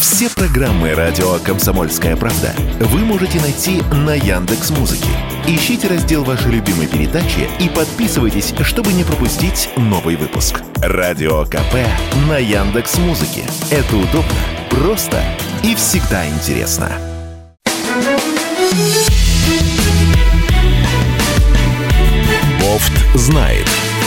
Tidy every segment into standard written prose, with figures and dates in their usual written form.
Все программы радио «Комсомольская правда» вы можете найти на Яндекс.Музыке. Ищите раздел вашей любимой передачи и подписывайтесь, чтобы не пропустить новый выпуск. Радио КП на Яндекс.Музыке. Это удобно, просто и всегда интересно. Бофт знает.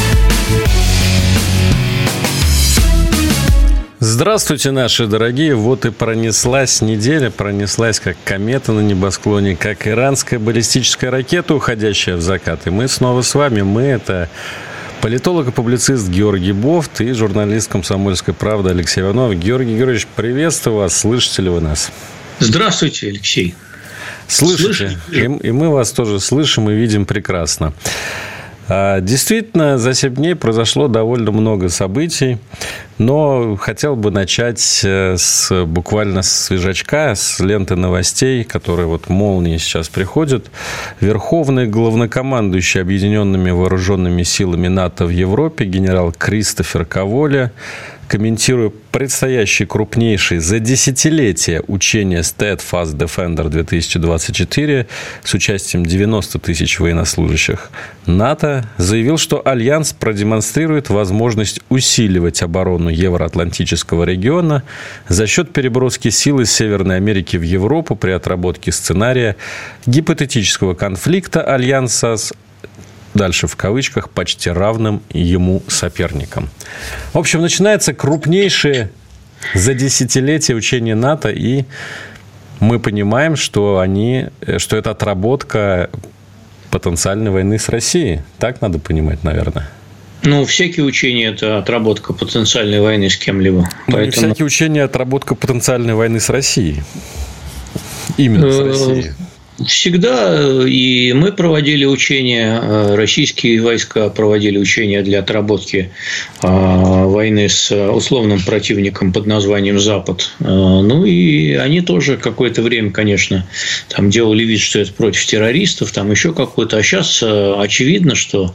Здравствуйте, наши дорогие. Вот и пронеслась неделя, пронеслась как комета на небосклоне, как иранская баллистическая ракета, уходящая в закат. И мы снова с вами. Мы — это политолог и публицист Георгий Бофт и журналист «Комсомольской правды» Алексей Иванов. Георгий Георгиевич, приветствую вас. Слышите ли вы нас? Здравствуйте, Алексей. Слышите? И мы вас тоже слышим и видим прекрасно. Действительно, за 7 дней произошло довольно много событий, но хотел бы начать буквально с свежачка, с ленты новостей, которые вот молнией сейчас приходят. Верховный главнокомандующий Объединенными вооруженными силами НАТО в Европе генерал Кристофер Коволя, комментируя предстоящие крупнейшие за десятилетия учения Steadfast Defender 2024 с участием 90 тысяч военнослужащих НАТО, заявил, что Альянс продемонстрирует возможность усиливать оборону Евроатлантического региона за счет переброски сил из Северной Америки в Европу при отработке сценария гипотетического конфликта Альянса с, дальше в кавычках, почти равным ему соперникам. В общем, начинается крупнейшее за десятилетия учение НАТО, и мы понимаем, что это отработка потенциальной войны с Россией. Так надо понимать, наверное. Ну, всякие учения – это отработка потенциальной войны с кем-либо. Поэтому... Всякие учения – отработка потенциальной войны с Россией. Именно с Россией. Всегда и мы проводили учения, российские войска проводили учения для отработки войны с условным противником под названием Запад. Ну, и они тоже какое-то время, конечно, там делали вид, что это против террористов, там еще какое-то. А сейчас очевидно, что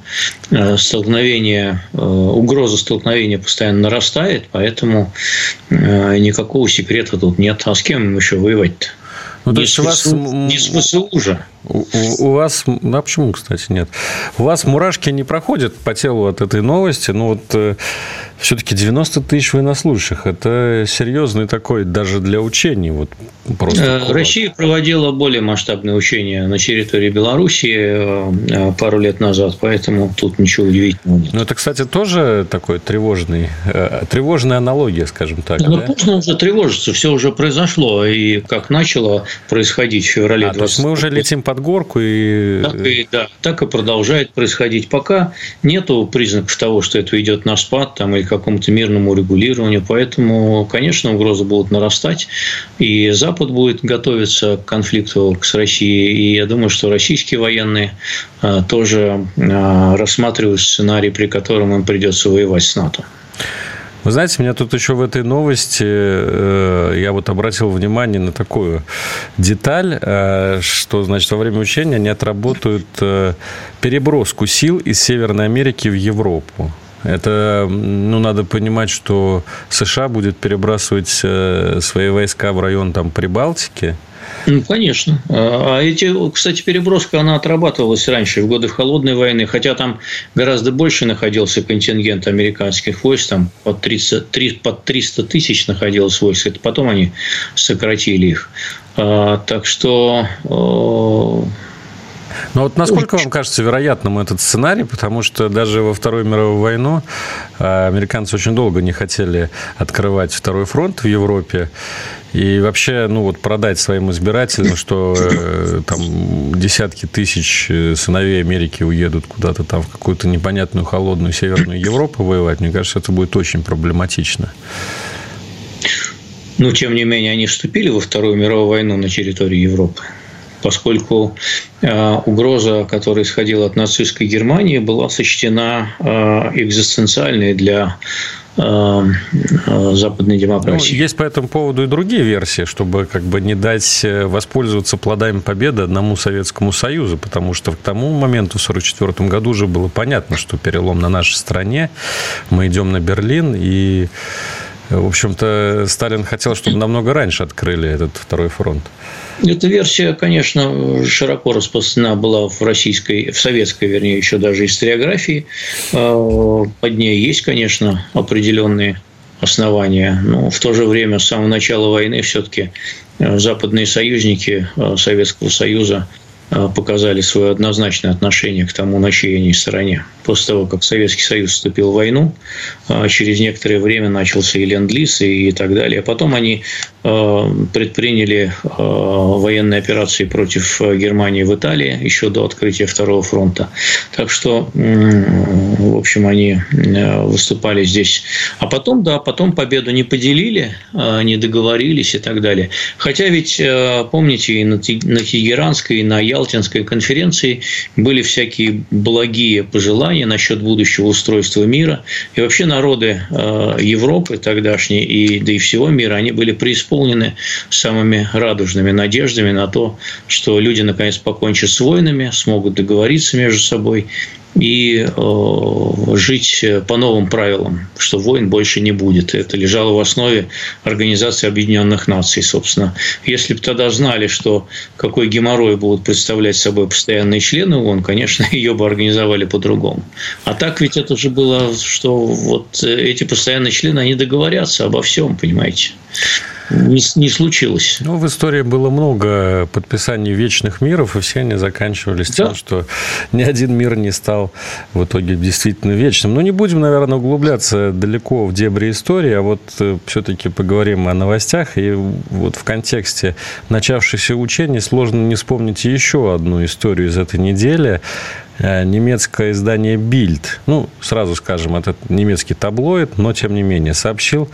угроза столкновения постоянно нарастает, поэтому никакого секрета тут нет. А с кем им еще воевать-то? Ну, то есть не с ВСУ же. У вас... А почему, кстати, нет? У вас мурашки не проходят по телу от этой новости, но вот все-таки 90 тысяч военнослужащих. Это серьезный такой даже для учений. Вот просто Россия проводила более масштабные учения на территории Белоруссии пару лет назад, поэтому тут ничего удивительного нет. Ну, это, кстати, тоже такой тревожная аналогия, скажем так. Ну, да? Можно уже тревожиться, все уже произошло, и как начало происходить в феврале 2020. То есть мы уже летим под горку так и продолжает происходить. Пока нету признаков того, что это идет на спад там, или к какому-то мирному регулированию. Поэтому, конечно, угрозы будут нарастать. И Запад будет готовиться к конфликту с Россией. И я думаю, что российские военные тоже рассматривают сценарий, при котором им придется воевать с НАТО. Вы знаете, меня тут еще в этой новости, я вот обратил внимание на такую деталь, что, значит, во время учения они отработают переброску сил из Северной Америки в Европу. Это, надо понимать, что США будет перебрасывать свои войска в район там Прибалтики. Ну, конечно. Кстати, переброска, она отрабатывалась раньше, в годы Холодной войны, хотя там гораздо больше находился контингент американских войск, там под 300 тысяч находилось войск, это потом они сократили их. Так что... Но вот насколько вам кажется вероятным этот сценарий? Потому что даже во Вторую мировую войну американцы очень долго не хотели открывать второй фронт в Европе. И вообще, продать своим избирателям, что там десятки тысяч сыновей Америки уедут куда-то там в какую-то непонятную холодную Северную Европу воевать, мне кажется, это будет очень проблематично. Но, тем не менее, они вступили во Вторую мировую войну на территории Европы. Поскольку угроза, которая исходила от нацистской Германии, была сочтена экзистенциальной для западной демократии. Есть по этому поводу и другие версии, чтобы не дать воспользоваться плодами победы одному Советскому Союзу, потому что к тому моменту, в 1944 году, уже было понятно, что перелом на нашей стороне, мы идем на Берлин, и В общем-то, Сталин хотел, чтобы намного раньше открыли этот второй фронт. Эта версия, конечно, широко распространена была в советской, вернее, еще даже историографии. Под ней есть, конечно, определенные основания, но в то же время с самого начала войны все-таки западные союзники Советского Союза показали свое однозначное отношение к тому, на чьей они стороне. После того, как Советский Союз вступил в войну, через некоторое время начался и ленд-лиз, и так далее. А потом они предприняли военные операции против Германии в Италии еще до открытия Второго фронта. Так что, в общем, они выступали здесь. А потом, потом победу не поделили, не договорились и так далее. Хотя ведь, помните, и на Тегеранской, и на Ялтинской конференции были всякие благие пожелания насчет будущего устройства мира. И вообще народы Европы тогдашней, да и всего мира, они были преисполнены самыми радужными надеждами на то, что люди наконец покончат с войнами, смогут договориться между собой и жить по новым правилам, что войн больше не будет. Это лежало в основе Организации Объединенных Наций, собственно. Если бы тогда знали, что какой геморрой будут представлять собой постоянные члены ООН, конечно, ее бы организовали по-другому. А так ведь это же было, что вот эти постоянные члены, они договорятся обо всем, понимаете. Не случилось. Ну, в истории было много подписаний вечных миров, и все они заканчивались тем, что ни один мир не стал в итоге действительно вечным. Но не будем, наверное, углубляться далеко в дебри истории, а вот все-таки поговорим о новостях. И вот в контексте начавшихся учений сложно не вспомнить еще одну историю из этой недели. Немецкое издание Bild, ну, сразу скажем, это немецкий таблоид, но, тем не менее, сообщил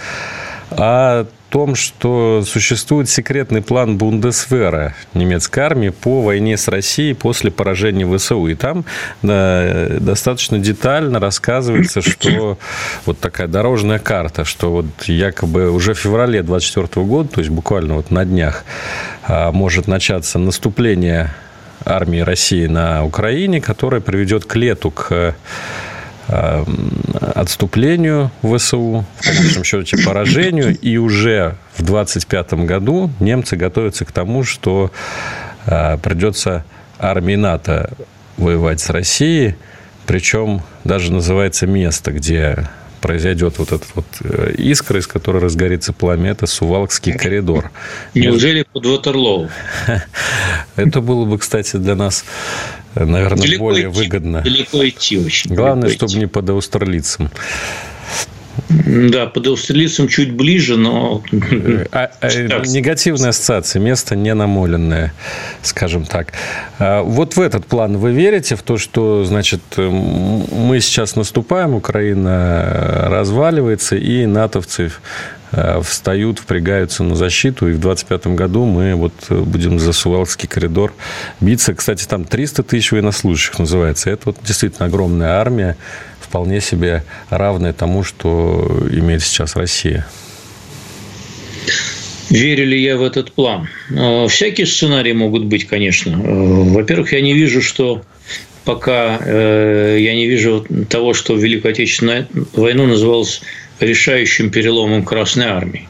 о том, что существует секретный план Бундесвера немецкой армии по войне с Россией после поражения ВСУ. И там достаточно детально рассказывается, что вот такая дорожная карта, что вот якобы уже в феврале 2024 года, то есть буквально вот на днях, может начаться наступление армии России на Украине, которое приведет к лету, к отступлению ВСУ, в конечном счете поражению, и уже в 2025 году немцы готовятся к тому, что придется армии НАТО воевать с Россией, причем даже называется место, где произойдет вот эта вот искра, из которой разгорится пламя, это Сувалкский коридор. Неужели под Ватерлоу? Это было бы, кстати, для нас, наверное, далеко более выгодно. Далеко идти очень. Главное, чтобы не под Аустерлицем. Да, под Аустерлицем чуть ближе, но... Негативная ассоциация, место не намоленное, скажем так. Вот в этот план вы верите, в то, что, значит, мы сейчас наступаем, Украина разваливается, и натовцы встают, впрягаются на защиту, и в 2025 году мы вот будем за Сувалкский коридор биться. Кстати, там 300 тысяч военнослужащих называется. Это вот действительно огромная армия, вполне себе равная тому, что имеет сейчас Россия. Верю ли я в этот план? Всякие сценарии могут быть, конечно. Во-первых, я не вижу, что пока я не вижу того, что Великую Отечественную войну называлось решающим переломом Красной Армии.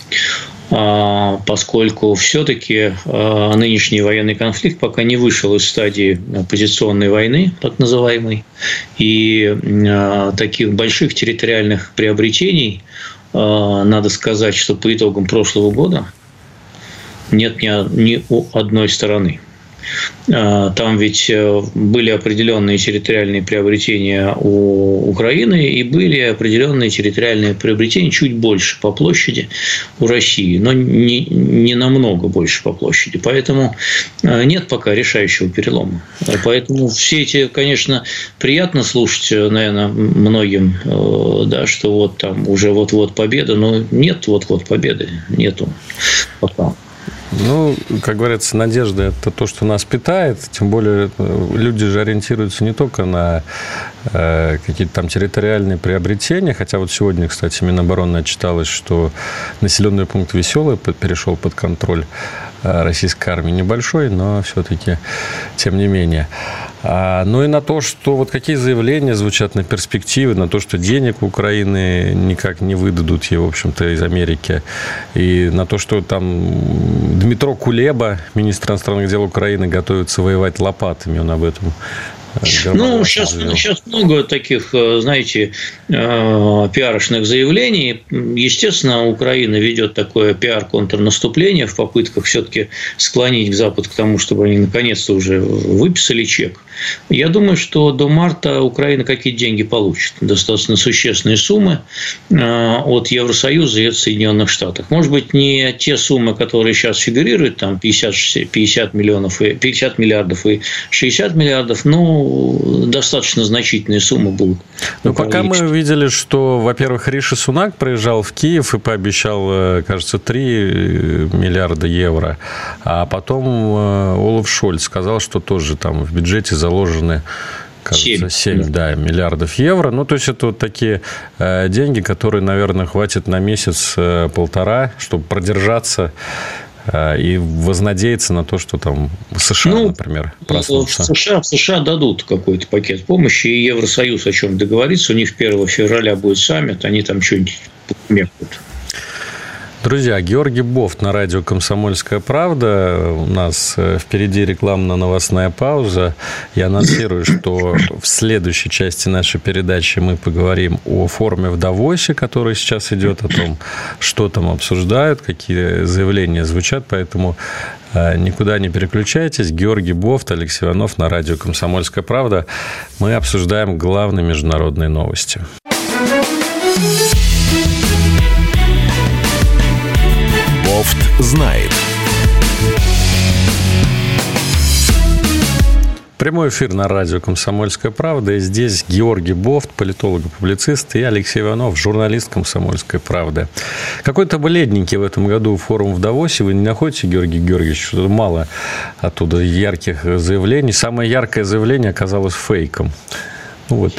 Поскольку все-таки нынешний военный конфликт пока не вышел из стадии позиционной войны, так называемой, и таких больших территориальных приобретений, надо сказать, что по итогам прошлого года нет ни у одной стороны. Там ведь были определенные территориальные приобретения у Украины и были определенные территориальные приобретения чуть больше по площади у России, но не намного больше по площади. Поэтому нет пока решающего перелома. Поэтому все эти, конечно, приятно слушать, наверное, многим, да, что вот там уже вот-вот победа, но нет вот-вот победы, нету пока. Ну, как говорится, надежда – это то, что нас питает. Тем более, люди же ориентируются не только на какие-то там территориальные приобретения. Хотя вот сегодня, кстати, Минобороны отчиталось, что населенный пункт Веселый перешел под контроль российской армии. Небольшой, но все-таки тем не менее. Ну и на то, что вот какие заявления звучат на перспективы, на то, что денег Украины никак не выдадут ей, в общем-то, из Америки, и на то, что там Дмитро Кулеба, министр иностранных дел Украины, готовится воевать лопатами, он об этом. Ну, сейчас много таких, знаете, пиарочных заявлений. Естественно, Украина ведет такое пиар-контрнаступление в попытках все-таки склонить Запад к тому, чтобы они наконец-то уже выписали чек. Я думаю, что до марта Украина какие-то деньги получит. Достаточно существенные суммы от Евросоюза и от Соединенных Штатов. Может быть, не те суммы, которые сейчас фигурируют, там 50 миллиардов и 60 миллиардов, но достаточно значительные суммы будут. Ну, пока мы видели, что, во-первых, Риши Сунак приезжал в Киев и пообещал, кажется, 3 миллиарда евро, а потом Олаф Шольц сказал, что тоже там в бюджете заложены, кажется, 7 миллиардов евро. Ну, то есть, это вот такие деньги, которые, наверное, хватит на месяц-полтора, чтобы продержаться и вознадеяться на то, что там США, например, проснутся. В США дадут какой-то пакет помощи, и Евросоюз о чем договорится. У них 1 февраля будет саммит, они там что-нибудь помекут. Друзья, Георгий Бофт на радио «Комсомольская правда». У нас впереди рекламно-новостная пауза. Я анонсирую, что в следующей части нашей передачи мы поговорим о форуме в Давосе, который сейчас идет, о том, что там обсуждают, какие заявления звучат. Поэтому никуда не переключайтесь. Георгий Бофт, Алексей Иванов на радио «Комсомольская правда». Мы обсуждаем главные международные новости. Бофт знает. Прямой эфир на радио «Комсомольская правда». И здесь Георгий Бофт, политолог и публицист, и Алексей Иванов, журналист «Комсомольской правды». Какой-то бледненький в этом году форум в Давосе. Вы не находите, Георгий Георгиевич, что мало оттуда ярких заявлений? Самое яркое заявление оказалось фейком. Ну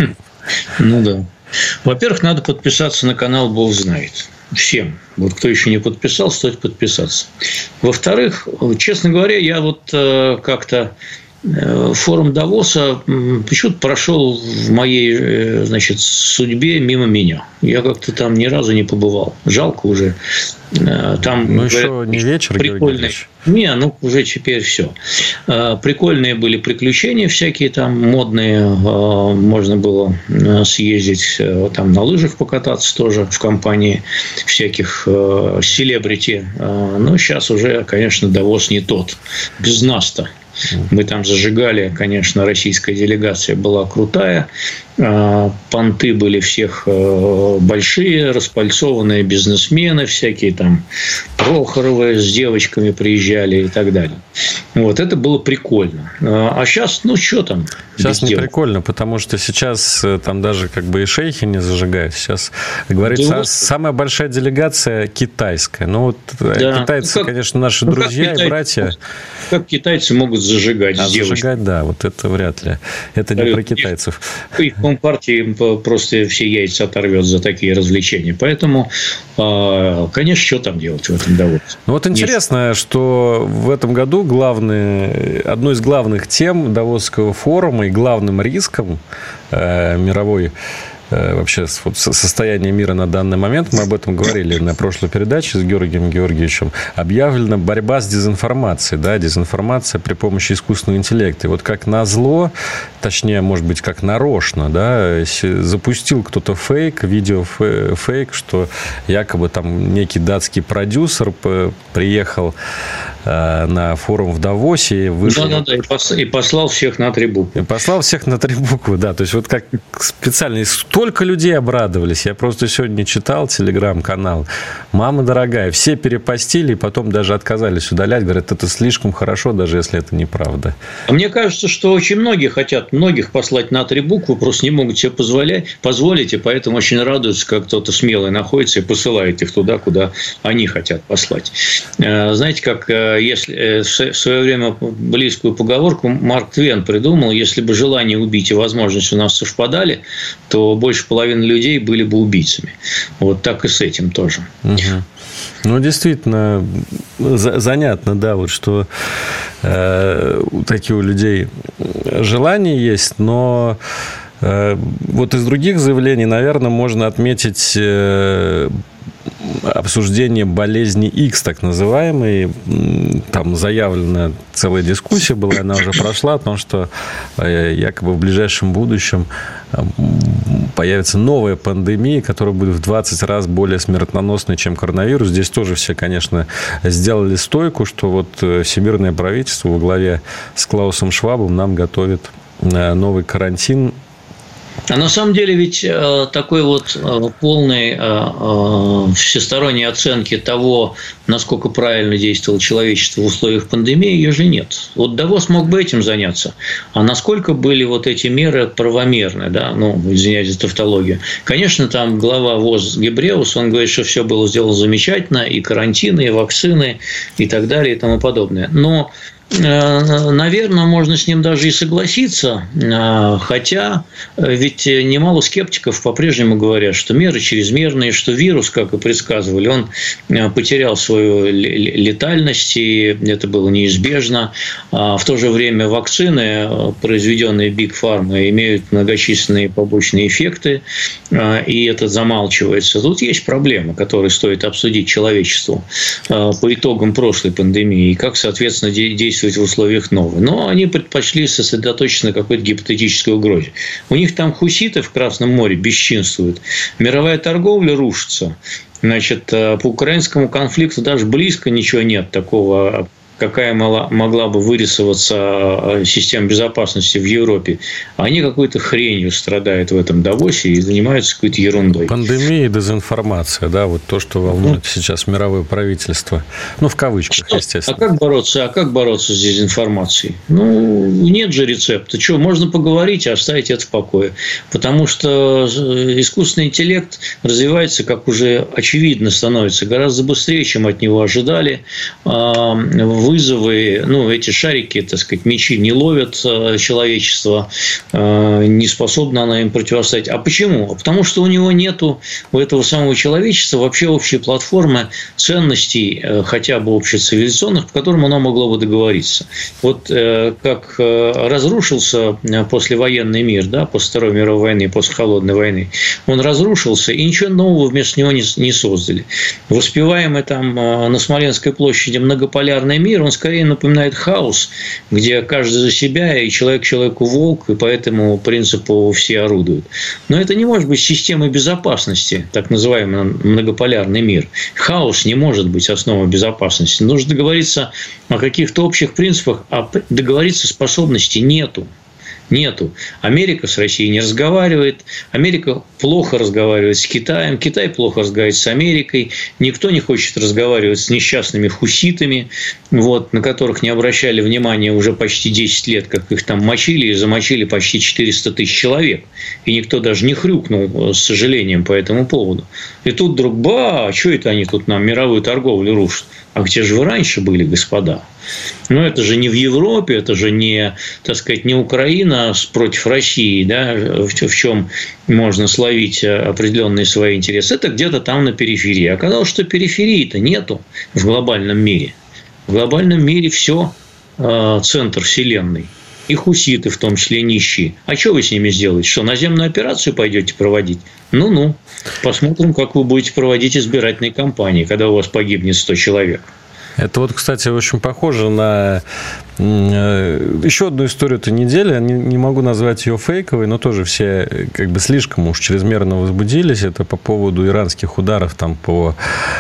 да. Во-первых, надо подписаться на канал «Бог знает». Всем. Вот кто еще не подписал, стоит подписаться. Во-вторых, честно говоря, я вот как-то форум Давоса почему-то прошел в моей, значит, судьбе мимо меня. Я как-то там ни разу не побывал. Жалко уже. Там, ну, еще не вечер, прикольные. Не, ну, уже теперь все. Прикольные были приключения всякие там, модные. Можно было съездить там на лыжах покататься тоже в компании всяких селебрити. Но сейчас уже, конечно, Давос не тот. Без нас-то. Мы там зажигали, конечно, российская делегация была крутая. Понты были всех большие, распальцованные бизнесмены всякие там, Прохоровы с девочками приезжали и так далее. Вот, это было прикольно. А сейчас, ну, что там? Сейчас не прикольно, потому что сейчас там даже как бы и шейхи не зажигают. Сейчас, говорится, самая большая делегация китайская. Ну, вот да. Китайцы, конечно, наши друзья и братья. Как китайцы могут зажигать с девочками? Зажигать, да, вот это вряд ли. Это не про китайцев. Их Компартия просто все яйца оторвет за такие развлечения. Поэтому, конечно, что там делать в этом Давосе? Ну, вот интересно, что в этом году одной из главных тем Давосского форума и главным риском мировой вообще состояние мира на данный момент, мы об этом говорили на прошлой передаче с Георгием Георгиевичем, объявлена борьба с дезинформацией, да, дезинформация при помощи искусственного интеллекта. И вот как назло, точнее, может быть, как нарочно, да, запустил кто-то видеофейк, что якобы там некий датский продюсер приехал на форум в Давосе и вышел... Да, и послал всех на 3 буквы. И послал всех на 3 буквы, да. То есть, вот как специально... Столько людей обрадовались. Я просто сегодня читал телеграм-канал. Мама дорогая, все перепостили и потом даже отказались удалять. Говорят, это слишком хорошо, даже если это неправда. А мне кажется, что очень многие хотят многих послать на 3 буквы, просто не могут себе позволить, и поэтому очень радуются, как кто-то смелый находится и посылает их туда, куда они хотят послать. Знаете, как если в свое время близкую поговорку Марк Твен придумал: если бы желание убить и возможность у нас совпадали, то больше половины людей были бы убийцами. Вот так и с этим тоже. Угу. Ну, действительно, занятно, да, вот что такие у людей желания есть, но вот из других заявлений, наверное, можно отметить обсуждение болезни X, так называемой. Там заявлена целая дискуссия была, она уже прошла, о том, что якобы в ближайшем будущем появится новая пандемия, которая будет в 20 раз более смертоносной, чем коронавирус. Здесь тоже все, конечно, сделали стойку, что вот всемирное правительство во главе с Клаусом Швабом нам готовит новый карантин. А на самом деле ведь такой вот полной всесторонней оценки того, насколько правильно действовало человечество в условиях пандемии, ее же нет. Вот Давос мог бы этим заняться. А насколько были вот эти меры правомерны, да? Ну, извиняюсь за тавтологию. Конечно, там глава ВОЗ Гебреус, он говорит, что все было сделано замечательно, и карантины, и вакцины, и так далее, и тому подобное. Но наверное, можно с ним даже и согласиться, хотя ведь немало скептиков по-прежнему говорят, что меры чрезмерные, что вирус, как и предсказывали, он потерял свою летальность, и это было неизбежно. В то же время вакцины, произведенные Big Pharma, имеют многочисленные побочные эффекты, и это замалчивается. Тут есть проблема, которую стоит обсудить человечеству по итогам прошлой пандемии, и как, соответственно, действовать в условиях новой. Но они предпочли сосредоточиться на какой-то гипотетической угрозе. У них там хуситы в Красном море бесчинствуют. Мировая торговля рушится. Значит, по украинскому конфликту даже близко ничего нет такого, какая могла бы вырисоваться система безопасности в Европе. Они какой-то хренью страдают в этом Давосе и занимаются какой-то ерундой. Пандемия и дезинформация, да, вот то, что волнует сейчас мировое правительство. Ну, в кавычках, естественно. А как бороться с дезинформацией? Ну, нет же рецепта. Что, можно поговорить и оставить это в покое. Потому что искусственный интеллект развивается, как уже очевидно становится, гораздо быстрее, чем от него ожидали. Вызовы, ну, эти шарики, так сказать, мячи не ловят человечество, не способна она им противостоять. А почему? Потому что у него нету, у этого самого человечества вообще общей платформы ценностей, хотя бы общецивилизационных, по которым оно могло бы договориться. Вот как разрушился послевоенный мир, да, после Второй мировой войны, после Холодной войны, он разрушился, и ничего нового вместо него не создали. Воспеваемый там на Смоленской площади многополярный мир, он скорее напоминает хаос, где каждый за себя, и человек человеку волк, и по этому принципу все орудуют. Но это не может быть системой безопасности, так называемый многополярный мир. Хаос не может быть основой безопасности. Нужно договориться о каких-то общих принципах, а договориться способности нету. Америка с Россией не разговаривает. Америка плохо разговаривает с Китаем. Китай плохо разговаривает с Америкой. Никто не хочет разговаривать с несчастными хуситами, вот, на которых не обращали внимания уже почти 10 лет, как их там мочили и замочили почти 400 тысяч человек. И никто даже не хрюкнул с сожалением по этому поводу. И тут вдруг, что это они тут нам мировую торговлю рушат? А где же вы раньше были, господа? Но это же не в Европе, это же не, так сказать, не Украина против России, да, в чем можно словить определенные свои интересы. Это где-то там на периферии. Оказалось, что периферии-то нету в глобальном мире. В глобальном мире все центр вселенной. И хуситы, в том числе нищие. А что вы с ними сделаете? Что, наземную операцию пойдете проводить? Ну-ну. Посмотрим, как вы будете проводить избирательные кампании, когда у вас погибнет 100 человек. Это вот, кстати, очень похоже на еще одну историю этой недели. Не могу назвать ее фейковой, но тоже все как бы слишком уж чрезмерно возбудились. Это по поводу иранских ударов там по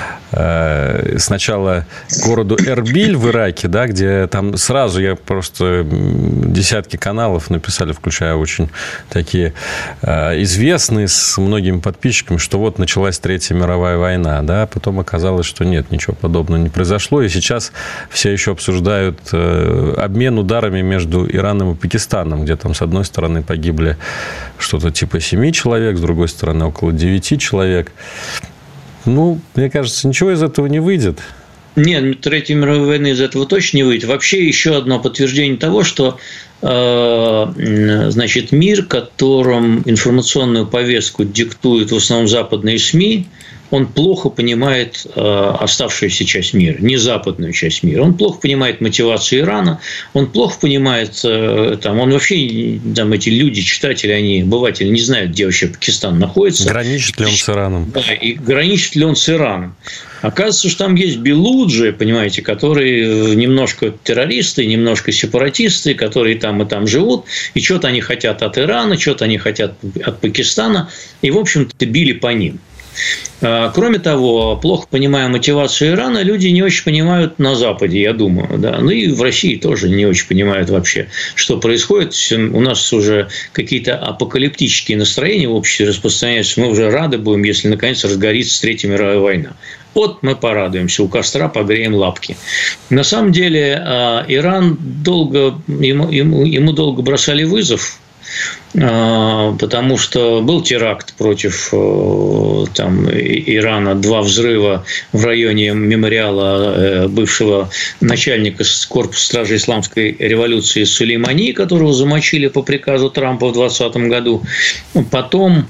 сначала городу Эрбиль в Ираке, да, где там сразу я просто десятки каналов написали, включая очень такие известные с многими подписчиками, что вот началась Третья мировая война, да, потом оказалось, что нет, ничего подобного не произошло, и сейчас все еще обсуждают обмен ударами между Ираном и Пакистаном, где там с одной стороны погибли что-то типа 7 человек, с другой стороны около 9 человек. Ну, мне кажется, ничего из этого не выйдет. Нет, Третьей мировой войны из этого точно не выйдет. Вообще еще одно подтверждение того, что значит, мир, которым информационную повестку диктуют в основном западные СМИ, он плохо понимает оставшуюся часть мира, не западную часть мира. Он плохо понимает мотивацию Ирана, он плохо понимает, там, он вообще, там, эти люди, читатели, они, обыватели, не знают, где вообще Пакистан находится. Граничит ли он с Ираном? Да, и граничит ли он с Ираном. Оказывается, что там есть белуджи, понимаете, которые немножко террористы, немножко сепаратисты, которые там и там живут, и что-то они хотят от Ирана, что-то они хотят от Пакистана, и, в общем-то, били по ним. Кроме того, плохо понимая мотивацию Ирана, люди не очень понимают на Западе, я думаю. Да. Ну и в России тоже не очень понимают вообще, что происходит. У нас уже какие-то апокалиптические настроения в обществе распространяются. Мы уже рады будем, если наконец разгорится Третья мировая война. Вот мы порадуемся, у костра погреем лапки. На самом деле Иран ему долго бросали вызов, потому что был теракт против там, Ирана, 2 взрыва в районе мемориала бывшего начальника корпуса стражи исламской революции Сулеймани, которого замочили по приказу Трампа в 2020 году. Потом,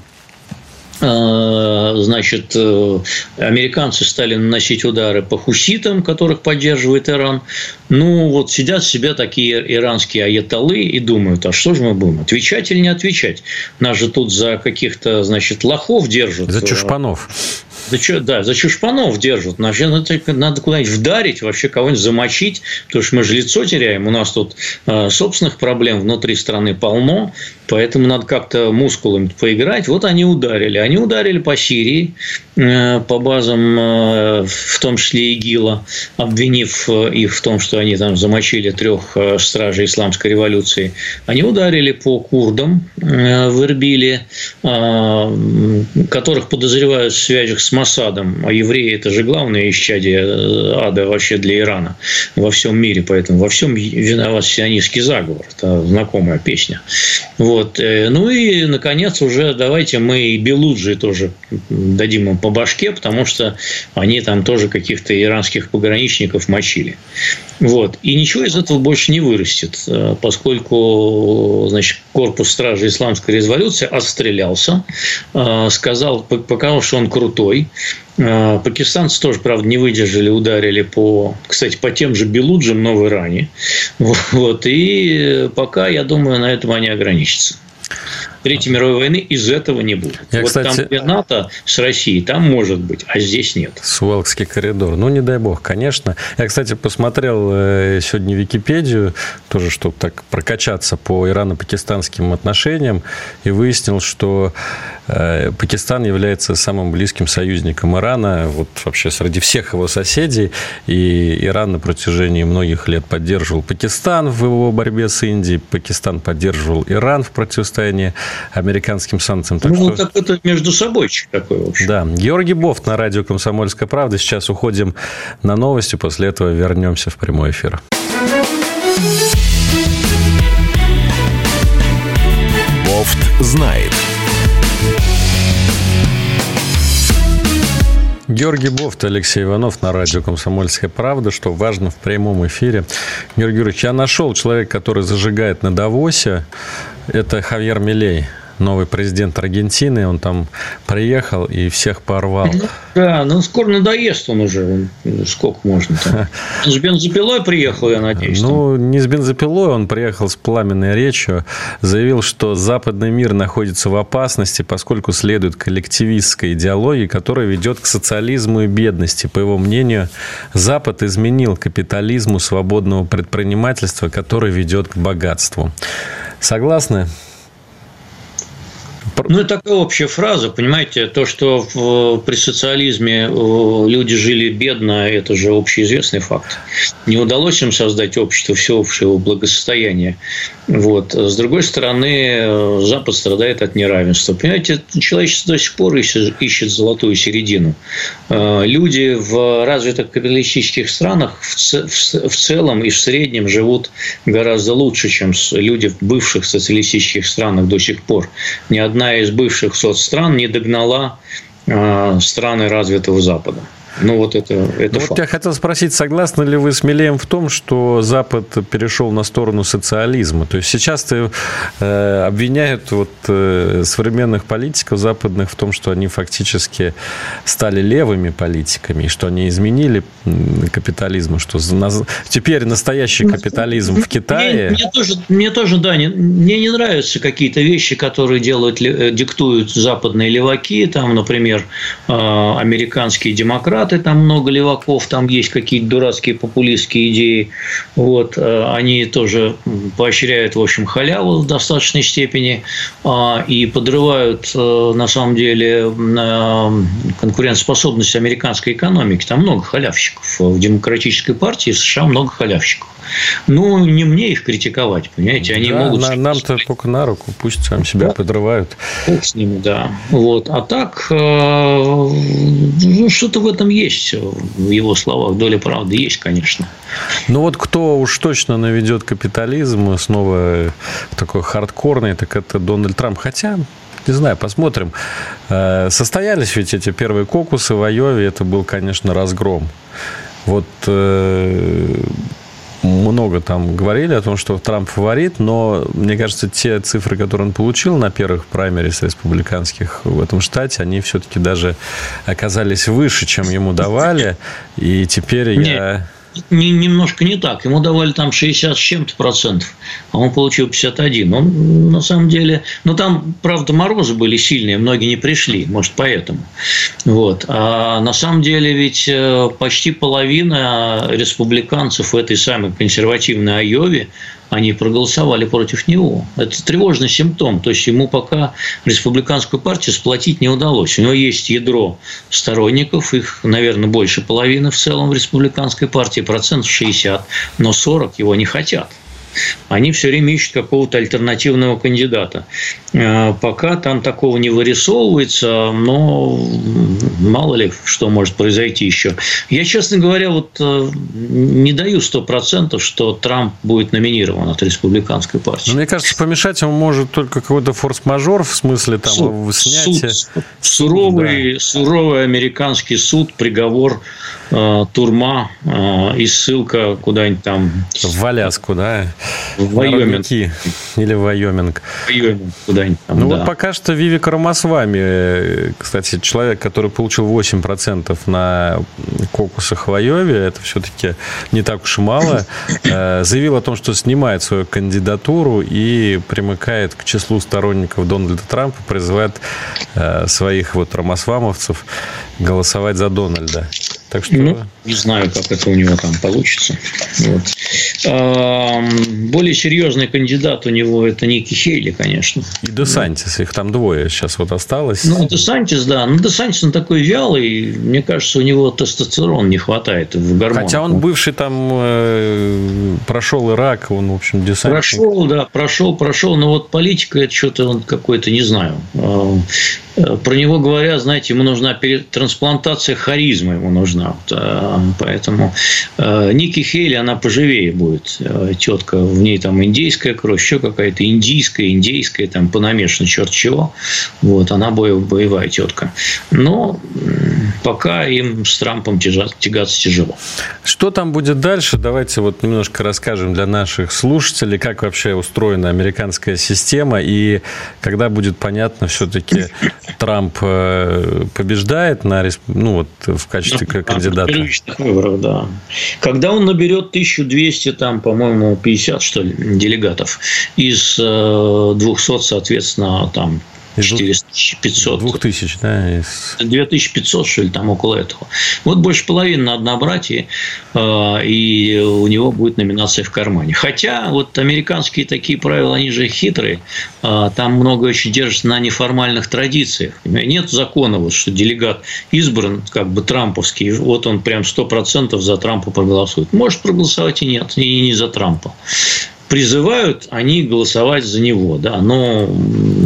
значит, американцы стали наносить удары по хуситам, которых поддерживает Иран. Ну, вот сидят себе такие иранские аятоллы и думают, а что же мы будем, отвечать или не отвечать? Нас же тут за каких-то, значит, лохов держат. За чушпанов. Да, за чушпанов держат. Надо куда-нибудь вдарить, вообще кого-нибудь замочить, потому что мы же лицо теряем. У нас тут собственных проблем внутри страны полно, поэтому надо как-то мускулами поиграть. Вот они ударили. Они ударили по Сирии, по базам, в том числе ИГИЛа, обвинив их в том, что они там замочили 3 стражей исламской революции. Они ударили по курдам в Эрбиле, которых подозревают в связях с Моссадом. А евреи – это же главное исчадие ада вообще для Ирана во всем мире. Поэтому во всем виноват сионистский заговор. Это знакомая песня. Вот. Ну и, наконец, уже давайте мы и белуджи тоже дадим им по башке, потому что они там тоже каких-то иранских пограничников мочили. Вот. И ничего из этого больше не вырастет, поскольку, значит, корпус стражи исламской революции отстрелялся, сказал, показал, что он крутой. Пакистанцы тоже, правда, не выдержали, ударили кстати, по тем же белуджам, но в Иране. Вот. И пока, я думаю, на этом они ограничатся. Третьей мировой войны из этого не будет. Кстати, там, где НАТО с Россией, там может быть, а здесь нет. Суэлкский коридор. Ну, не дай бог, конечно. Я, кстати, посмотрел сегодня Википедию, тоже, чтобы так прокачаться по ирано-пакистанским отношениям, и выяснил, что Пакистан является самым близким союзником Ирана, вот вообще среди всех его соседей, и Иран на протяжении многих лет поддерживал Пакистан в его борьбе с Индией, Пакистан поддерживал Иран в противостоянии американским санкциям. Так это между собойчик такой, в общем. Да. Георгий Бофт на радио «Комсомольская правда». Сейчас уходим на новости, после этого вернемся в прямой эфир. Бофт знает. Георгий Бофт, Алексей Иванов на радио «Комсомольская правда». Что важно в прямом эфире. Георгий Георгиевич, я нашел человека, который зажигает на Давосе. Это Хавьер Милей, новый президент Аргентины. Он там приехал и всех порвал. Да, ну скоро надоест он уже. Сколько можно там? С бензопилой приехал, я надеюсь. Ну, не с бензопилой, он приехал с пламенной речью. Заявил, что западный мир находится в опасности, поскольку следует коллективистской идеологии, которая ведет к социализму и бедности. По его мнению, Запад изменил капитализму свободного предпринимательства, который ведет к богатству. Согласны? Ну, это такая общая фраза, понимаете, то, что при социализме люди жили бедно, это же общеизвестный факт. Не удалось им создать общество всеобщего благосостояния. Вот. С другой стороны, Запад страдает от неравенства. Понимаете, человечество до сих пор ищет золотую середину. Люди в развитых капиталистических странах в целом и в среднем живут гораздо лучше, чем люди в бывших социалистических странах до сих пор. Ни одна из бывших соцстран не догнала страны развитого Запада. Ну, вот это факт. Вот я хотел спросить, согласны ли вы с Милеем в том, что Запад перешел на сторону социализма? То есть сейчас обвиняют современных политиков западных в том, что они фактически стали левыми политиками, и что они изменили капитализм, что теперь настоящий капитализм в Китае... Мне тоже, да, мне не нравятся какие-то вещи, которые диктуют западные леваки, там, например, американские демократы, там много леваков, там есть какие-то дурацкие популистские идеи, вот, они тоже поощряют, в общем, халяву в достаточной степени и подрывают, на самом деле, конкурентоспособность американской экономики. Там много халявщиков. В Демократической партии в США много халявщиков. Ну, не мне их критиковать, понимаете, они могут... Нам-то только на руку, пусть сам себя подрывают. Бог с ними, да. Вот. А так, что-то в этом есть, в его словах, доля правды есть, конечно. Ну, вот кто уж точно наведет капитализм снова такой хардкорный, так это Дональд Трамп. Хотя... Не знаю, посмотрим. Состоялись ведь эти первые кокусы в Айове. Это был, конечно, разгром. Вот много там говорили о том, что Трамп фаворит, но, мне кажется, те цифры, которые он получил на первых праймерис республиканских в этом штате, они все-таки даже оказались выше, чем ему давали. И теперь Немножко не так. Ему давали там 60 с чем-то процентов, а он получил 51. Он, на самом деле... Ну, там, правда, морозы были сильные, многие не пришли, может, поэтому. Вот. А на самом деле ведь почти половина республиканцев в этой самой консервативной Айове, они проголосовали против него. Это тревожный симптом. То есть, ему пока республиканскую партию сплотить не удалось. У него есть ядро сторонников, их, наверное, больше половины в целом в республиканской партии, 60%, но 40% его не хотят. Они все время ищут какого-то альтернативного кандидата. Пока там такого не вырисовывается, но мало ли что может произойти еще. Я, честно говоря, не даю 100%, что Трамп будет номинирован от республиканской партии. Мне кажется, помешать ему может только какой-то форс-мажор, в смысле там снятия. Суровый американский суд, приговор, тюрьма и ссылка куда-нибудь там. В Аляску, да? В Вайоминг. Или в Вайоминг. Куда-нибудь там, да. Вот пока что Вивек Рамасвами, кстати, человек, который получил 8% на кокусах в Айове, это все-таки не так уж и мало, заявил о том, что снимает свою кандидатуру и примыкает к числу сторонников Дональда Трампа, призывает своих рамасвамовцев голосовать за Дональда. Так что... не знаю, как это у него там получится. Вот. Более серьезный кандидат у него это Ники Хейли, конечно. И Десантис, их там двое сейчас осталось. Десантис, да. Десантис, он такой вялый. Мне кажется, у него тестостерона не хватает в гормонах. Хотя он бывший там прошел Ирак, он, в общем, десантник. Прошел. Но политика, это что-то он какой-то, не знаю. Про него говорят, знаете, ему нужна трансплантация харизмы, ему нужна. Поэтому Ники Хейли, она поживее будет. Тетка, в ней там индейская кровь, еще какая-то индейская, там понамешано черт чего. Вот, она боевая тетка. Но пока им с Трампом тягаться тяжело. Что там будет дальше? Давайте немножко расскажем для наших слушателей, как вообще устроена американская система, и когда будет понятно, все-таки Трамп побеждает в качестве кандидата. На первичных выборах, да. Когда он наберет 1200, там, по-моему, 50, что ли, делегатов из 200, соответственно, там 400, 500. 2000, да? 2500, что ли, там около этого. Вот больше половины надо набрать, и у него будет номинация в кармане. Хотя американские такие правила, они же хитрые. Там много очень держится на неформальных традициях. Нет закона, что делегат избран, как бы трамповский, он прям 100% за Трампа проголосует. Может проголосовать и нет, и не за Трампа. Призывают они голосовать за него, да, но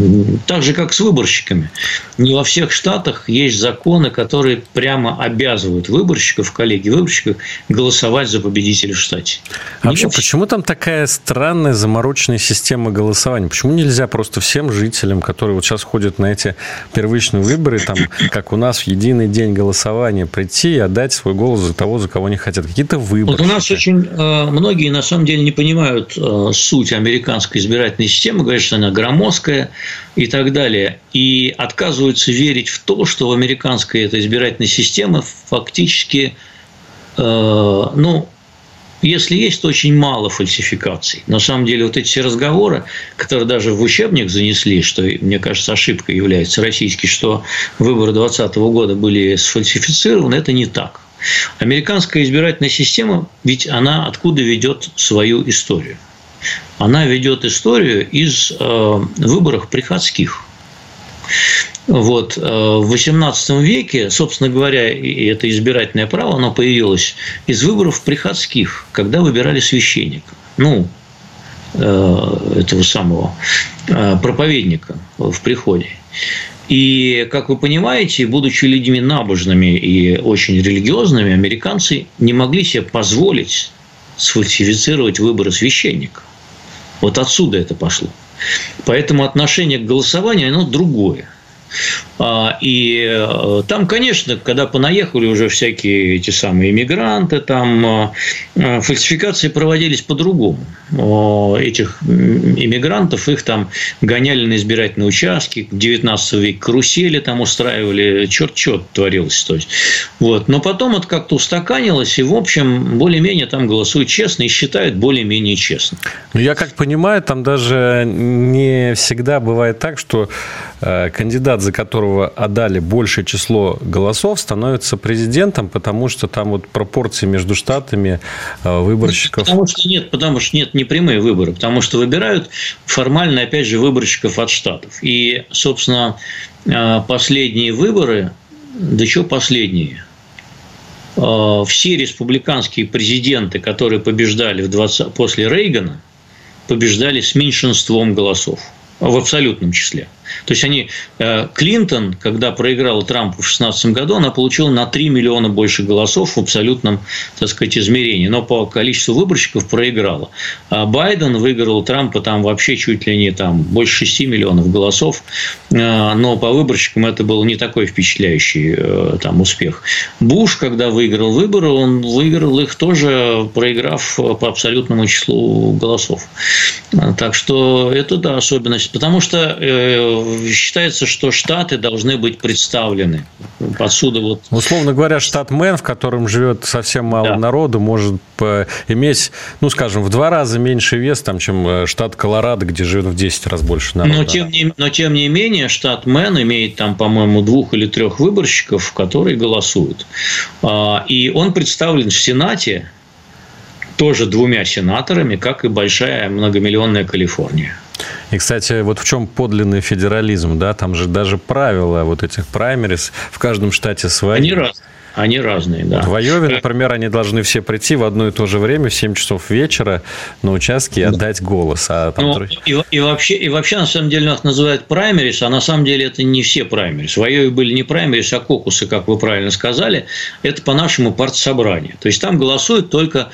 Так же, как с выборщиками. Не во всех штатах есть законы, которые прямо обязывают выборщиков, коллеги выборщиков, голосовать за победителя в штате. А вообще, почему там такая странная замороченная система голосования? Почему нельзя просто всем жителям, которые вот сейчас ходят на эти первичные выборы, там, как у нас в единый день голосования, прийти и отдать свой голос за того, за кого они хотят? Какие-то выборы. Вот у нас очень многие, на самом деле, не понимают суть американской избирательной системы, говорят, что она громоздкая и так далее, и отказываются верить в то, что в американской этой избирательной системе фактически, если есть, то очень мало фальсификаций. На самом деле, вот эти все разговоры, которые даже в учебник занесли, что, мне кажется, ошибкой является российский, что выборы 2020 года были сфальсифицированы, это не так. Американская избирательная система, ведь она откуда ведет свою историю? Она ведет историю из выборов приходских. Вот. В XVIII веке, собственно говоря, и это избирательное право, оно появилось из выборов приходских, когда выбирали священника. Этого самого проповедника в приходе. И, как вы понимаете, будучи людьми набожными и очень религиозными, американцы не могли себе позволить сфальсифицировать выборы священника. Вот отсюда это пошло. Поэтому отношение к голосованию, оно другое. И там, конечно, когда понаехали уже всякие эти самые иммигранты, там фальсификации проводились по-другому. Этих иммигрантов, их там гоняли на избирательные участки, в 19 веке карусели там устраивали, черт творилось. То есть. Вот. Но потом это как-то устаканилось, и, в общем, более-менее там голосуют честно и считают более-менее честно. Но я как понимаю, там даже не всегда бывает так, что кандидат, за которого отдали большее число голосов, становится президентом, потому что там вот пропорции между штатами выборщиков... Потому что нет, не прямые выборы, потому что выбирают формально, опять же, выборщиков от штатов. И, собственно, последние выборы, да что последние? Все республиканские президенты, которые побеждали после Рейгана, побеждали с меньшинством голосов. В абсолютном числе. То есть, Клинтон, когда проиграла Трампу в 2016 году, она получила на 3 миллиона больше голосов в абсолютном, так сказать, измерении, но по количеству выборщиков проиграла. А Байден выиграл Трампа там вообще чуть ли не там больше 6 миллионов голосов, но по выборщикам это был не такой впечатляющий там успех. Буш, когда выиграл выборы, он выиграл их тоже, проиграв по абсолютному числу голосов. Так что это, да, особенность. Потому что считается, что штаты должны быть представлены. Отсюда вот... Условно говоря, штат Мэн, в котором живет совсем мало народу, может иметь, скажем, в 2 раза меньше вес, там, чем штат Колорадо, где живет в 10 раз больше народу. Но тем не менее, штат Мэн имеет там, по-моему, 2 или 3 выборщиков, которые голосуют. И он представлен в Сенате тоже 2 сенаторами, как и большая многомиллионная Калифорния. И, кстати, вот в чем подлинный федерализм, да, там же даже правила вот этих праймерис в каждом штате свои. Они разные, да. Вот в Айове, например, они должны все прийти в одно и то же время, в 7 часов вечера на участке и отдать голос. И вообще, на самом деле, нас называют праймерис, а на самом деле это не все праймерис. В Айове были не праймерис, а кокусы, как вы правильно сказали. Это по-нашему партсобрание. То есть, там голосуют только...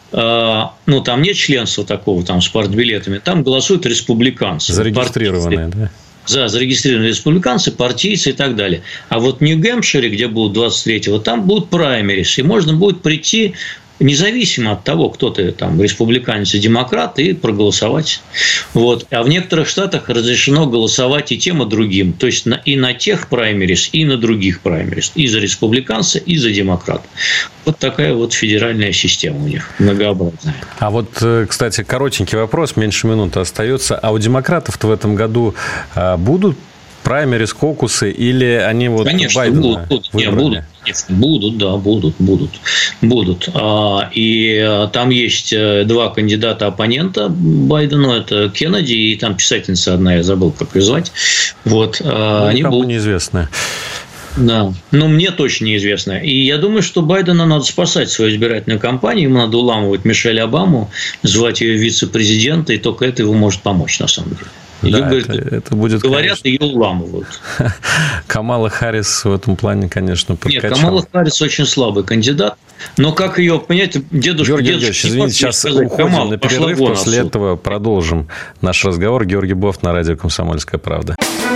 там нет членства такого там с партбилетами, там голосуют республиканцы. Зарегистрированные, да? Зарегистрированные республиканцы, партийцы и так далее. А вот в Нью-Гэмпшире, где будут 23-го, там будут праймерис, и можно будет прийти независимо от того, кто ты там, республиканец и демократ, и проголосовать. Вот. А в некоторых штатах разрешено голосовать и тем, и другим. То есть, и на тех праймерис, и на других праймерис. И за республиканца, и за демократа. Вот такая вот федеральная система у них, многообразная. А вот, кстати, коротенький вопрос, меньше минуты остается. А у демократов-то в этом году будут праймерис, кокусы, или они вот Конечно, Байдена выбрали? Будут. И там есть 2 кандидата-оппонента Байдену, это Кеннеди и там писательница одна, я забыл, как ее звать. Вот. Они никому неизвестная. Да, мне точно неизвестно. И я думаю, что Байдену надо спасать свою избирательную кампанию, ему надо уламывать Мишель Обаму, звать ее вице-президента, и только это его может помочь, на самом деле. Да, это будет, говорят, конечно, ее уламывают. Камала Харрис в этом плане, конечно, подкачала. Нет, Камала Харрис очень слабый кандидат. Но как ее, понимаете, дедушка... Георгий Георгиевич, извините, сейчас уходим на перерыв, после этого продолжим наш разговор. Георгий Бофт на радио «Комсомольская правда».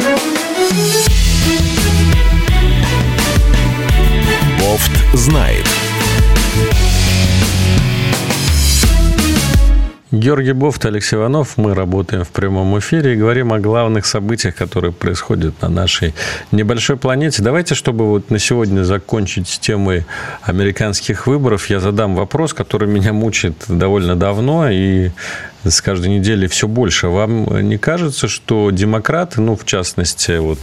Бофт знает. Георгий Бофт, Алексей Иванов. Мы работаем в прямом эфире и говорим о главных событиях, которые происходят на нашей небольшой планете. Давайте, чтобы вот на сегодня закончить с темой американских выборов, я задам вопрос, который меня мучает довольно давно и с каждой неделей все больше. Вам не кажется, что демократы, ну, в частности, вот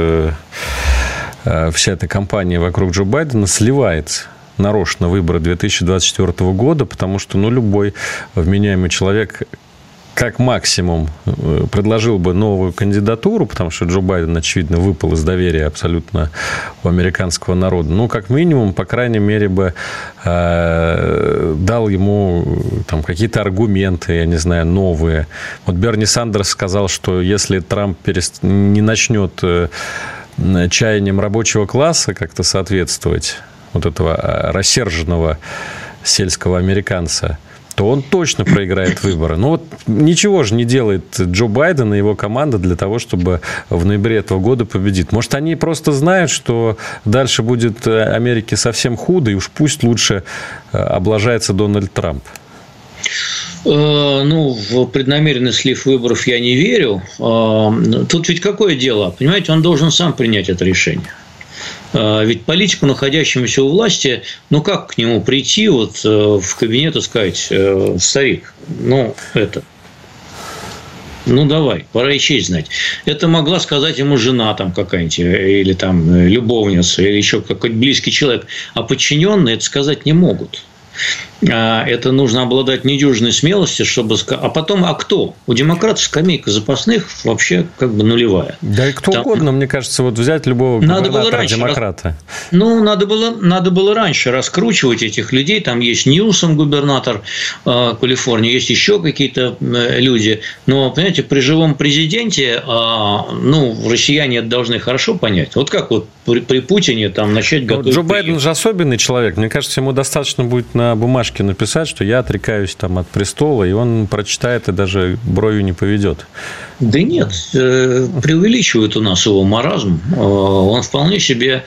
вся эта кампания вокруг Джо Байдена сливается нарочно выборы 2024 года, потому что, ну, любой вменяемый человек как максимум предложил бы новую кандидатуру, потому что Джо Байден, очевидно, выпал из доверия абсолютно у американского народа. Ну, как минимум, по крайней мере, бы дал ему там какие-то аргументы, я не знаю, новые. Вот Берни Сандерс сказал, что если Трамп не начнет чаяниям рабочего класса как-то соответствовать, вот этого рассерженного сельского американца, то он точно проиграет выборы. Ну, вот ничего же не делает Джо Байден и его команда для того, чтобы в ноябре этого года победить. Может, они просто знают, что дальше будет Америке совсем худо, и уж пусть лучше облажается Дональд Трамп. Ну, в преднамеренный слив выборов я не верю. Тут ведь какое дело? Понимаете, он должен сам принять это решение. Ведь политику, находящемуся у власти, ну, как к нему прийти вот в кабинет и сказать: старик, ну, давай, пора и честь знать. Это могла сказать ему жена там какая-нибудь, или там любовница, или еще какой-то близкий человек. А подчиненные это сказать не могут. Это нужно обладать недюжинной смелостью, чтобы сказать. А потом, а кто? У демократов скамейка запасных вообще как бы нулевая. Да и кто там угодно, мне кажется, вот взять любого губернатора-демократа. Ну, надо было раньше раскручивать этих людей. Там есть Ньюсом, губернатор Калифорнии, есть еще какие-то люди. Но, понимаете, при живом президенте, ну, россияне это должны хорошо понять. Вот как вот при Путине там начать готовить... Джо Байден же особенный человек. Мне кажется, ему достаточно будет на бумажке написать, что я отрекаюсь там от престола, и он прочитает и даже бровью не поведет. Да нет, преувеличивает у нас его маразм. Он вполне себе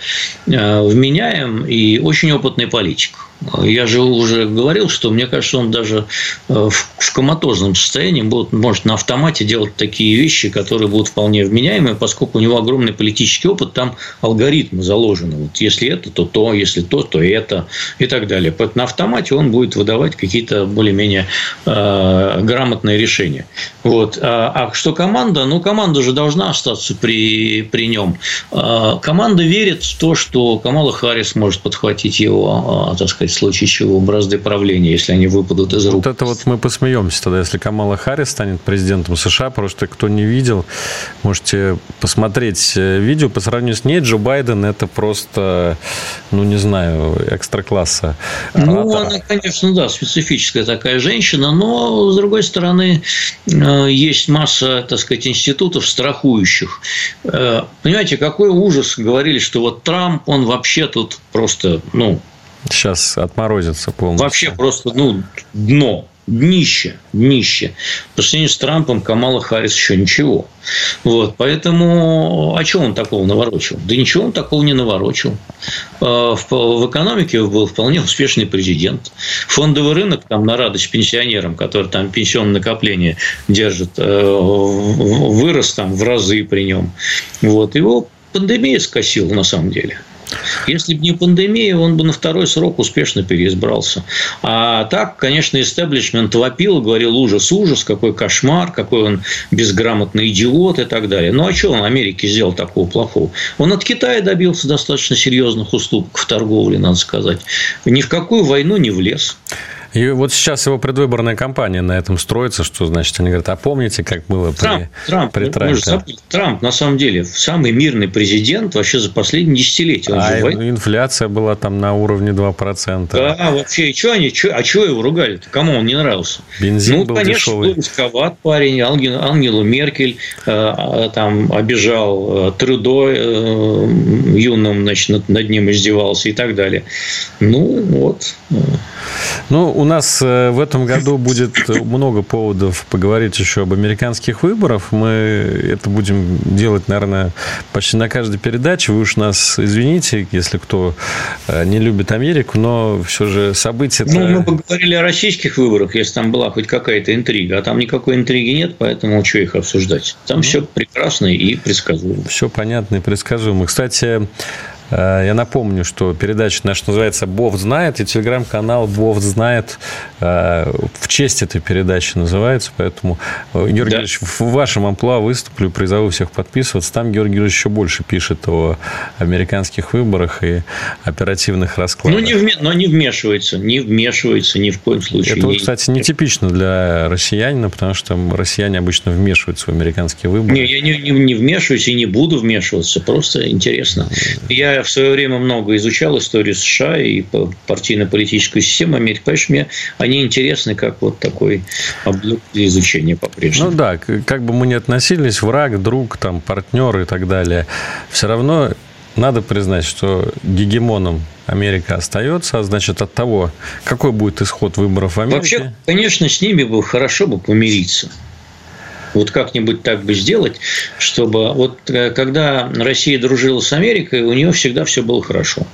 вменяем и очень опытный политик. Я же уже говорил, что мне кажется, он даже в коматозном состоянии может на автомате делать такие вещи, которые будут вполне вменяемые, поскольку у него огромный политический опыт, там алгоритмы заложены. Вот если это, то то, если то это и так далее. На автомате он будет выдавать какие-то более-менее грамотные решения. Вот. А что команда? Ну, команда же должна остаться при нем. Команда верит в то, что Камала Харрис может подхватить его, так сказать, в случае чего бразды правления, если они выпадут из рук. Вот это вот мы посмеемся тогда, если Камала Харрис станет президентом США. Просто кто не видел, можете посмотреть видео. По сравнению с ней Джо Байден – это просто, ну, не знаю, экстра-класса. Ну, она, конечно, да, специфическая такая женщина, но, с другой стороны, есть масса, так сказать, институтов страхующих. Понимаете, какой ужас, говорили, что вот Трамп, он вообще тут просто, ну... Сейчас отморозится полностью. Вообще просто, ну, дно, днище. По сравнению с Трампом Камала Харрис еще ничего. Вот, поэтому, а чего он такого наворочил? Да ничего он такого не наворочил. В экономике был вполне успешный президент. Фондовый рынок там на радость пенсионерам, которые там пенсионное накопление держат, вырос там в разы при нем. Вот, его пандемия скосила на самом деле. Если бы не пандемия, он бы на второй срок успешно переизбрался. А так, конечно, истеблишмент вопил, говорил: ужас, какой кошмар, какой он безграмотный идиот и так далее. Ну, а что он Америке сделал такого плохого? Он от Китая добился достаточно серьезных уступок в торговле, надо сказать. Ни в какую войну не влез. И вот сейчас его предвыборная кампания на этом строится, что значит, они говорят, а помните, как было при Трампе? Трамп, на самом деле, самый мирный президент вообще за последние десятилетия. Инфляция была там на уровне 2%. Да, вообще, а чего его ругали-то? Кому он не нравился? Бензин был дешевый. Был рисковат парень, Ангелу Меркель там обижал, Трюдо юным, значит, над ним издевался и так далее. Ну, вот. Ну, у нас в этом году будет много поводов поговорить еще об американских выборах. Мы это будем делать, наверное, почти на каждой передаче. Вы уж нас извините, если кто не любит Америку, но все же события... Ну, мы поговорили о российских выборах, если там была хоть какая-то интрига. А там никакой интриги нет, поэтому что их обсуждать? Там все прекрасно и предсказуемо. Все понятно и предсказуемо. Кстати, я напомню, что передача наша называется «Бов знает», и телеграм-канал «Бов знает» в честь этой передачи называется. Поэтому, Георгий Георгиевич, в вашем амплуа выступлю, призову всех подписываться. Там Георгий Георгиевич еще больше пишет о американских выборах и оперативных раскладах. Но не вмешивается ни в коем случае. Это, кстати, нетипично для россиянина, потому что россияне обычно вмешиваются в американские выборы. Не, я не вмешиваюсь и не буду вмешиваться. Просто интересно. Я в свое время много изучал историю США и партийно-политическую систему Америки, поэтому мне они интересны как вот такой объект для изучения по-прежнему. Ну да, как бы мы ни относились, враг, друг, там, партнер и так далее, все равно надо признать, что гегемоном Америка остается, а значит, от того, какой будет исход выборов в Америке... Вообще, конечно, с ними бы хорошо бы помириться. Вот как-нибудь так бы сделать, чтобы... Вот когда Россия дружила с Америкой, у нее всегда все было хорошо.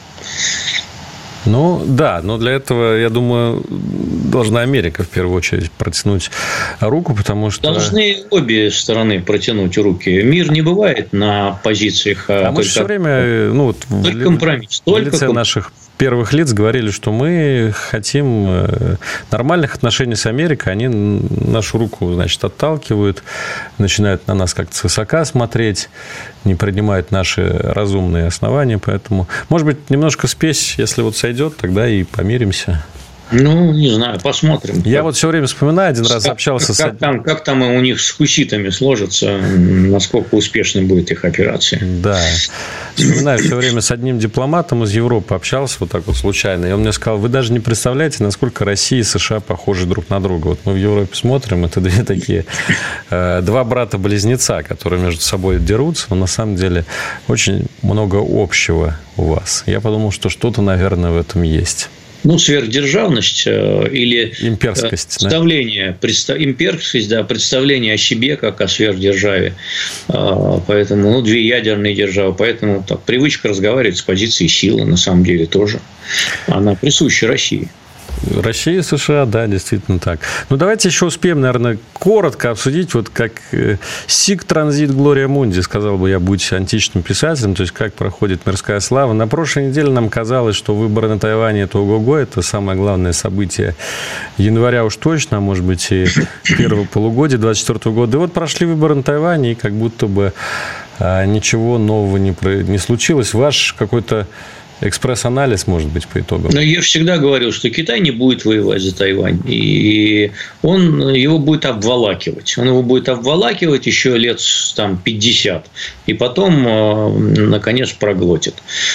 Ну, да, но для этого, я думаю, должна Америка в первую очередь протянуть руку, потому что... Должны обе стороны протянуть руки. Мир не бывает на позициях... А мы все время... Ну, вот только компромисс. В лице наших первых лиц говорили, что мы хотим нормальных отношений с Америкой, они нашу руку, значит, отталкивают, начинают на нас как-то свысока смотреть, не принимают наши разумные основания, поэтому, может быть, немножко спесь, если вот сойдет, тогда и помиримся. Ну, не знаю, посмотрим. Я вот все время вспоминаю, один раз общался с... Как там у них с хуситами сложится, насколько успешной будет их операция. Да. Вспоминаю, все время с одним дипломатом из Европы общался вот так вот случайно, и он мне сказал, вы даже не представляете, насколько Россия и США похожи друг на друга. Вот мы в Европе смотрим, это две такие, два брата-близнеца, которые между собой дерутся, но на самом деле очень много общего у вас. Я подумал, что что-то, наверное, в этом есть. Ну, сверхдержавность или имперскость, представление, да? Имперскость, да, представление о себе как о сверхдержаве. Поэтому, ну, две ядерные державы. Поэтому так, привычка разговаривать с позиции силы, на самом деле, тоже. Она присуща России. Россия и США, да, действительно так. Ну, давайте еще успеем, наверное, коротко обсудить, вот как «Сик транзит Глория Мунди», сказал бы я, будь античным писателем, то есть как проходит мирская слава. На прошлой неделе нам казалось, что выборы на Тайване – это ого-го, это самое главное событие января уж точно, а может быть и первого полугодия 2024 года. И вот прошли выборы на Тайване, и как будто бы ничего нового не случилось. Ваш какой-то экспресс-анализ, может быть, по итогам? Но я всегда говорил, что Китай не будет воевать за Тайвань. И он его будет обволакивать. Он его будет обволакивать еще лет там, 50. И потом, наконец, проглотит.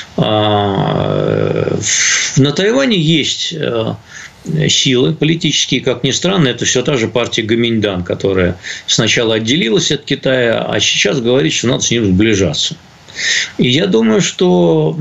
На Тайване есть силы политические, как ни странно, это все та же партия Гоминьдан, которая сначала отделилась от Китая, а сейчас говорит, что надо с ним сближаться. И я думаю, что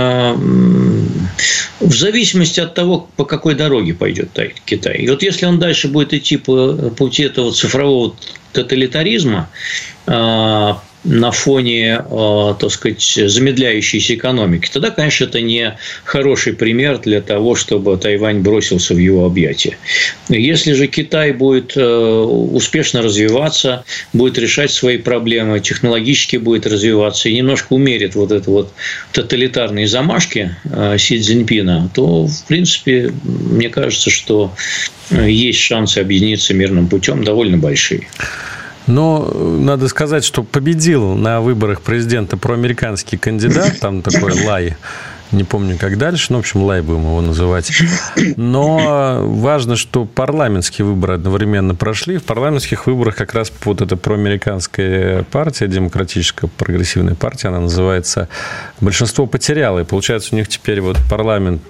в зависимости от того, по какой дороге пойдет Китай. И вот если он дальше будет идти по пути этого цифрового тоталитаризма, на фоне, так сказать, замедляющейся экономики, тогда, конечно, это не хороший пример для того, чтобы Тайвань бросился в его объятия. Если же Китай будет успешно развиваться, будет решать свои проблемы, технологически будет развиваться и немножко умерит вот это вот тоталитарные замашки Си Цзиньпина, то, в принципе, мне кажется, что есть шансы объединиться мирным путем довольно большие. Но надо сказать, что победил на выборах президента проамериканский кандидат, там такой Лай, Не помню, как дальше, но, в общем, Лай будем его называть. Но важно, что парламентские выборы одновременно прошли. В парламентских выборах как раз вот эта проамериканская партия, демократическая прогрессивная партия, она называется, большинство потеряла. И получается, у них теперь вот парламент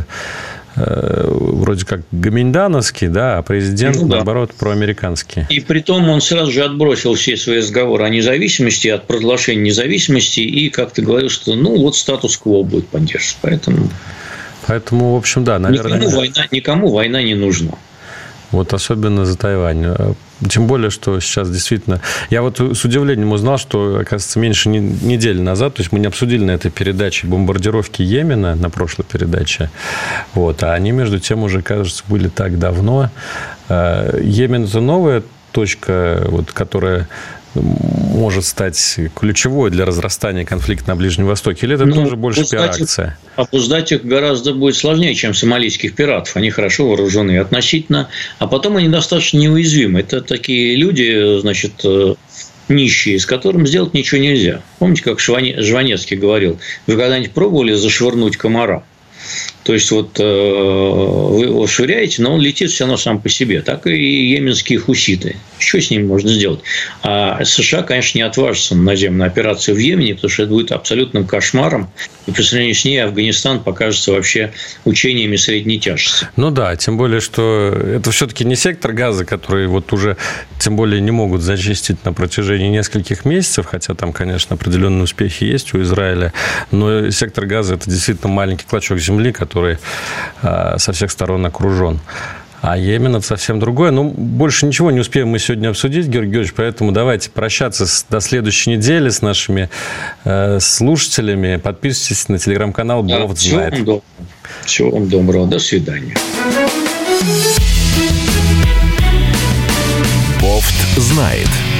вроде как гоминдановский, да, а президент, наоборот, проамериканский. И притом он сразу же отбросил все свои разговоры о независимости, от провозглашения независимости, и как-то говорил, что, вот статус-кво будет поддерживать. Поэтому, в общем, да, наверное... Никому война не нужна. Вот особенно за Тайвань. Тем более, что сейчас действительно... Я вот с удивлением узнал, что, оказывается, меньше недели назад, то есть мы не обсудили на этой передаче бомбардировки Йемена, на прошлой передаче, а они, между тем, уже, кажется, были так давно. Йемен – это новая точка, которая может стать ключевой для разрастания конфликта на Ближнем Востоке? Или это тоже больше пиар-акция? Опоздать их гораздо будет сложнее, чем сомалийских пиратов. Они хорошо вооружены относительно, а потом они достаточно неуязвимы. Это такие люди, нищие, с которым сделать ничего нельзя. Помните, как Жванецкий говорил, вы когда-нибудь пробовали зашвырнуть комара? То есть, вы его швыряете, но он летит все равно сам по себе. Так и йеменские хуситы. Что с ним можно сделать? А США, конечно, не отважатся на наземную операцию в Йемене, потому что это будет абсолютным кошмаром. И по сравнению с ней Афганистан покажется вообще учениями средней тяжести. Тем более, что это все-таки не сектор Газа, который уже, тем более, не могут зачистить на протяжении нескольких месяцев, хотя там, конечно, определенные успехи есть у Израиля. Но сектор Газа – это действительно маленький клочок земли, который со всех сторон окружен. А Йемен – это совсем другое. Больше ничего не успеем мы сегодня обсудить, Георгий Георгиевич, поэтому давайте прощаться до следующей недели с нашими слушателями. Подписывайтесь на телеграм-канал «Бофт знает». Всего вам доброго. До свидания. Бофт знает.